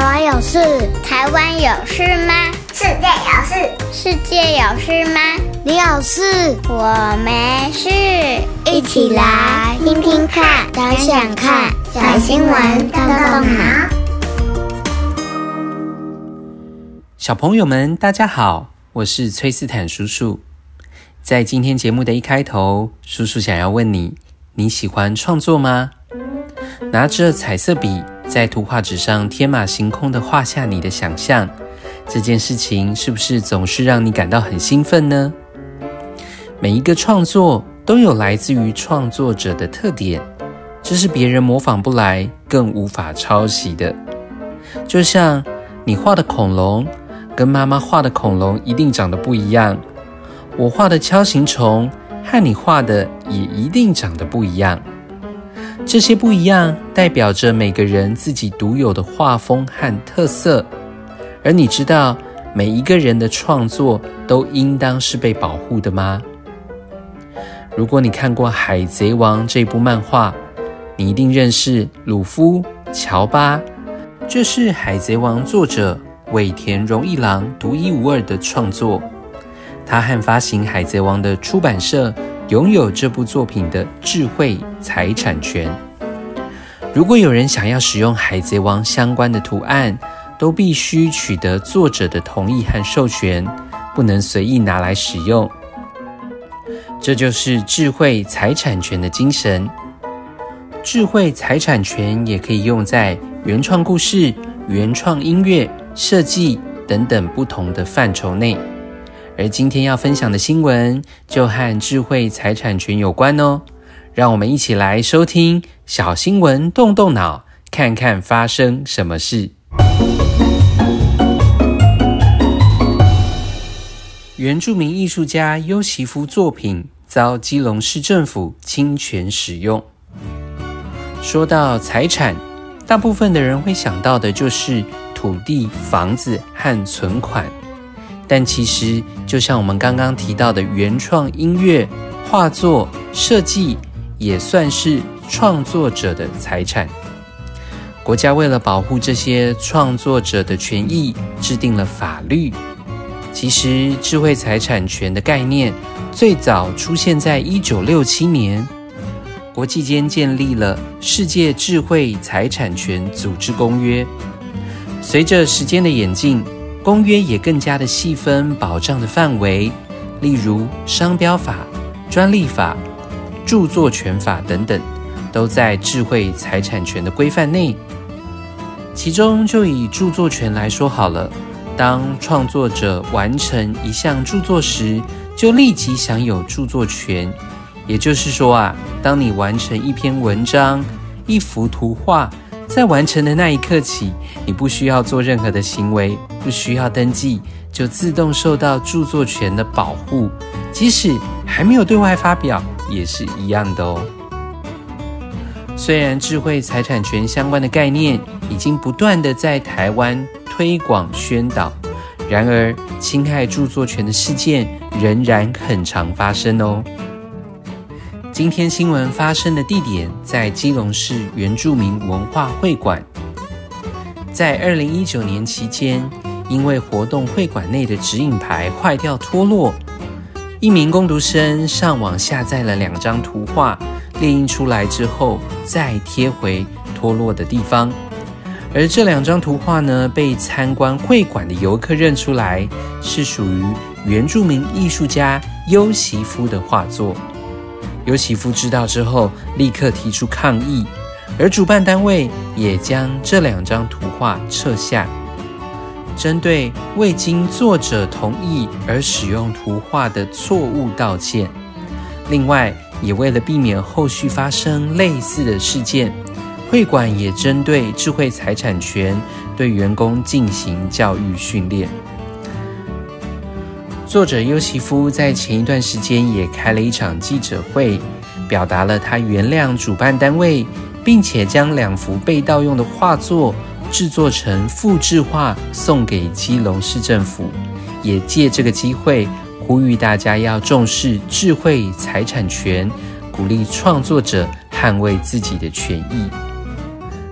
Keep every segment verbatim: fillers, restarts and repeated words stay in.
湾有事？ 台湾有事吗？ 世界有事？ 世界有事吗？ 你有事？ 我没事。 一起来听听看，想想看， 小新闻动动脑。 小朋友们，大家好，我是崔斯坦叔叔。在今天节目的一开头，叔叔想要问你，你喜欢创作吗？拿着彩色笔在图画纸上天马行空地画下你的想象，这件事情是不是总是让你感到很兴奋呢？每一个创作都有来自于创作者的特点，这是别人模仿不来，更无法抄袭的。就像你画的恐龙跟妈妈画的恐龙一定长得不一样，我画的锹形虫和你画的也一定长得不一样。这些不一样代表着每个人自己独有的画风和特色，而你知道每一个人的创作都应当是被保护的吗？如果你看过《海贼王》这部漫画，你一定认识鲁夫、乔巴，这是《海贼王》作者尾田荣一郎独一无二的创作。他和发行《海贼王》的出版社拥有这部作品的智慧财产权。如果有人想要使用《海贼王》相关的图案，都必须取得作者的同意和授权，不能随意拿来使用。这就是智慧财产权的精神。智慧财产权也可以用在原创故事、原创音乐、设计等等不同的范畴内。而今天要分享的新闻就和智慧财产权有关哦，让我们一起来收听小新闻动动脑，看看发生什么事。原住民艺术家优席夫作品遭基隆市政府侵权使用。说到财产，大部分的人会想到的就是土地、房子和存款。但其实就像我们刚刚提到的原创音乐、画作、设计也算是创作者的财产。国家为了保护这些创作者的权益，制定了法律。其实智慧财产权的概念最早出现在一九六七年，国际间建立了世界智慧财产权组织公约。随着时间的演进，公约也更加的细分保障的范围，例如商标法、专利法、著作权法等等，都在智慧财产权的规范内。其中就以著作权来说好了，当创作者完成一项著作时，就立即享有著作权。也就是说啊，当你完成一篇文章、一幅图画，在完成的那一刻起，你不需要做任何的行为，不需要登记，就自动受到著作权的保护，即使还没有对外发表，也是一样的哦。虽然智慧财产权相关的概念已经不断的在台湾推广宣导，然而侵害著作权的事件仍然很常发生哦。今天新闻发生的地点在基隆市原住民文化会馆。在二零一九年期间，因为活动会馆内的指引牌坏掉脱落，一名工读生上网下载了两张图画，列印出来之后再贴回脱落的地方。而这两张图画呢，被参观会馆的游客认出来，是属于原住民艺术家优席夫的画作。优席夫知道之后，立刻提出抗议，而主办单位也将这两张图画撤下。针对未经作者同意而使用图画的错误道歉。另外，也为了避免后续发生类似的事件，会馆也针对智慧财产权对员工进行教育训练。作者优席夫在前一段时间也开了一场记者会，表达了他原谅主办单位，并且将两幅被盗用的画作制作成复制画送给基隆市政府，也借这个机会呼吁大家要重视智慧财产权，鼓励创作者捍卫自己的权益。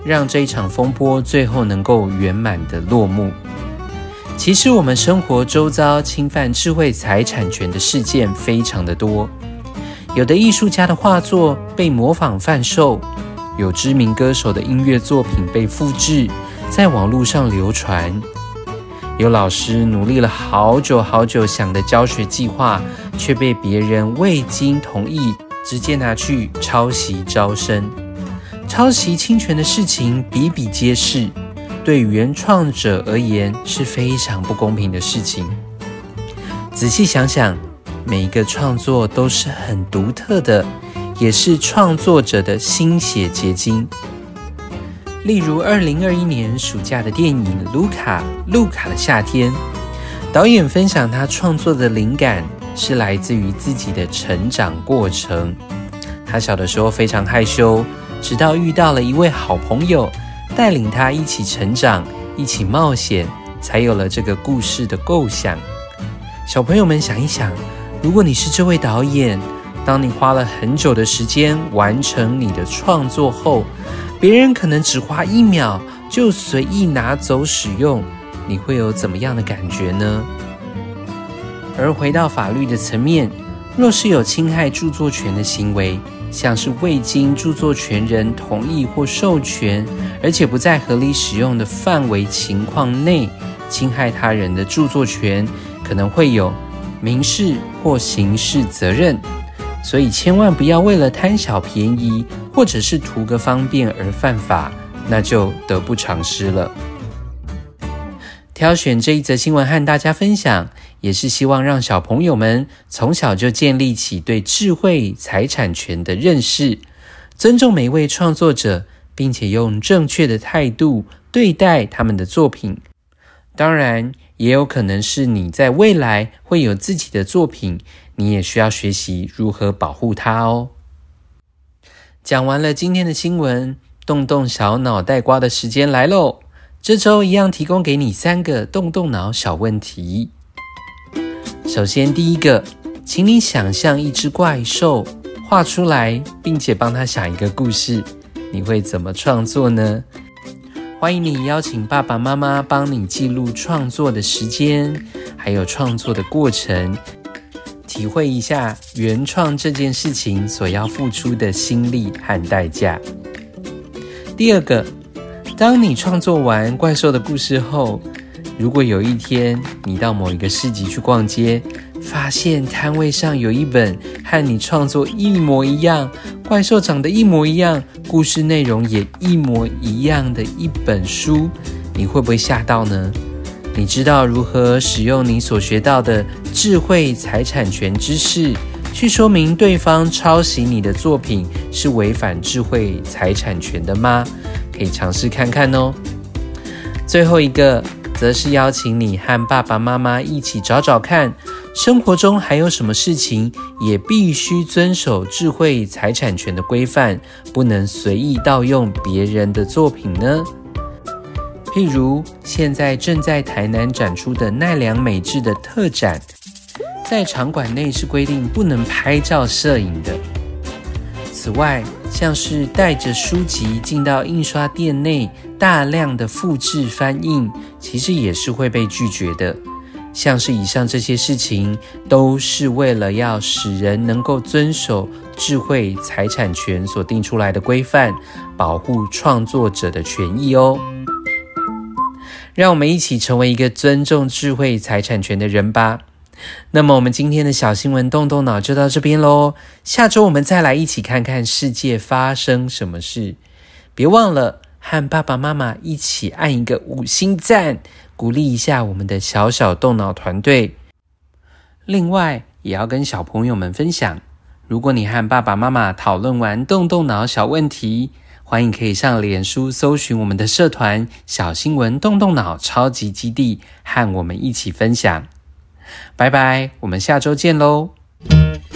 让这一场风波最后能够圆满的落幕。其实我们生活周遭侵犯智慧财产权的事件非常的多，有的艺术家的画作被模仿贩售，有知名歌手的音乐作品被复制，在网络上流传，有老师努力了好久好久想的教学计划，却被别人未经同意直接拿去抄袭招生。抄袭侵权的事情比比皆是，对原创者而言是非常不公平的事情。仔细想想，每一个创作都是很独特的，也是创作者的心血结晶。例如二零二一年暑假的电影《卢卡路卡的夏天》，导演分享他创作的灵感是来自于自己的成长过程。他小的时候非常害羞，直到遇到了一位好朋友，带领他一起成长，一起冒险，才有了这个故事的构想。小朋友们想一想，如果你是这位导演，当你花了很久的时间完成你的创作后，别人可能只花一秒就随意拿走使用，你会有怎么样的感觉呢？而回到法律的层面，若是有侵害著作权的行为，像是未经著作权人同意或授权，而且不在合理使用的范围情况内侵害他人的著作权，可能会有民事或刑事责任。所以千万不要为了贪小便宜或者是图个方便而犯法，那就得不偿失了。挑选这一则新闻和大家分享，也是希望让小朋友们从小就建立起对智慧财产权的认识，尊重每一位创作者，并且用正确的态度对待他们的作品。当然，也有可能是你在未来会有自己的作品，你也需要学习如何保护它哦。讲完了今天的新闻，动动小脑袋瓜的时间来咯。这周一样提供给你三个动动脑小问题。首先第一个，请你想象一只怪兽，画出来，并且帮他想一个故事，你会怎么创作呢？欢迎你邀请爸爸妈妈帮你记录创作的时间，还有创作的过程，体会一下原创这件事情所要付出的心力和代价。第二个，当你创作完怪兽的故事后，如果有一天你到某一个市集去逛街，发现摊位上有一本和你创作一模一样，怪兽长得一模一样，故事内容也一模一样的一本书，你会不会吓到呢？你知道如何使用你所学到的智慧财产权知识，去说明对方抄袭你的作品是违反智慧财产权的吗？可以尝试看看哦。最后一个，则是邀请你和爸爸妈妈一起找找看，生活中还有什么事情也必须遵守智慧财产权的规范，不能随意盗用别人的作品呢？譬如现在正在台南展出的奈良美智的特展，在场馆内是规定不能拍照摄影的。此外，像是带着书籍进到印刷店内大量的复制翻印，其实也是会被拒绝的。像是以上这些事情，都是为了要使人能够遵守智慧财产权所定出来的规范，保护创作者的权益哦。让我们一起成为一个尊重智慧财产权的人吧。那么我们今天的小新闻动动脑就到这边咯，下周我们再来一起看看世界发生什么事。别忘了和爸爸妈妈一起按一个五星赞，鼓励一下我们的小小动脑团队。另外也要跟小朋友们分享，如果你和爸爸妈妈讨论完动动脑小问题，欢迎可以上脸书搜寻我们的社团小新闻动动脑超级基地，和我们一起分享。拜拜，我们下周见咯。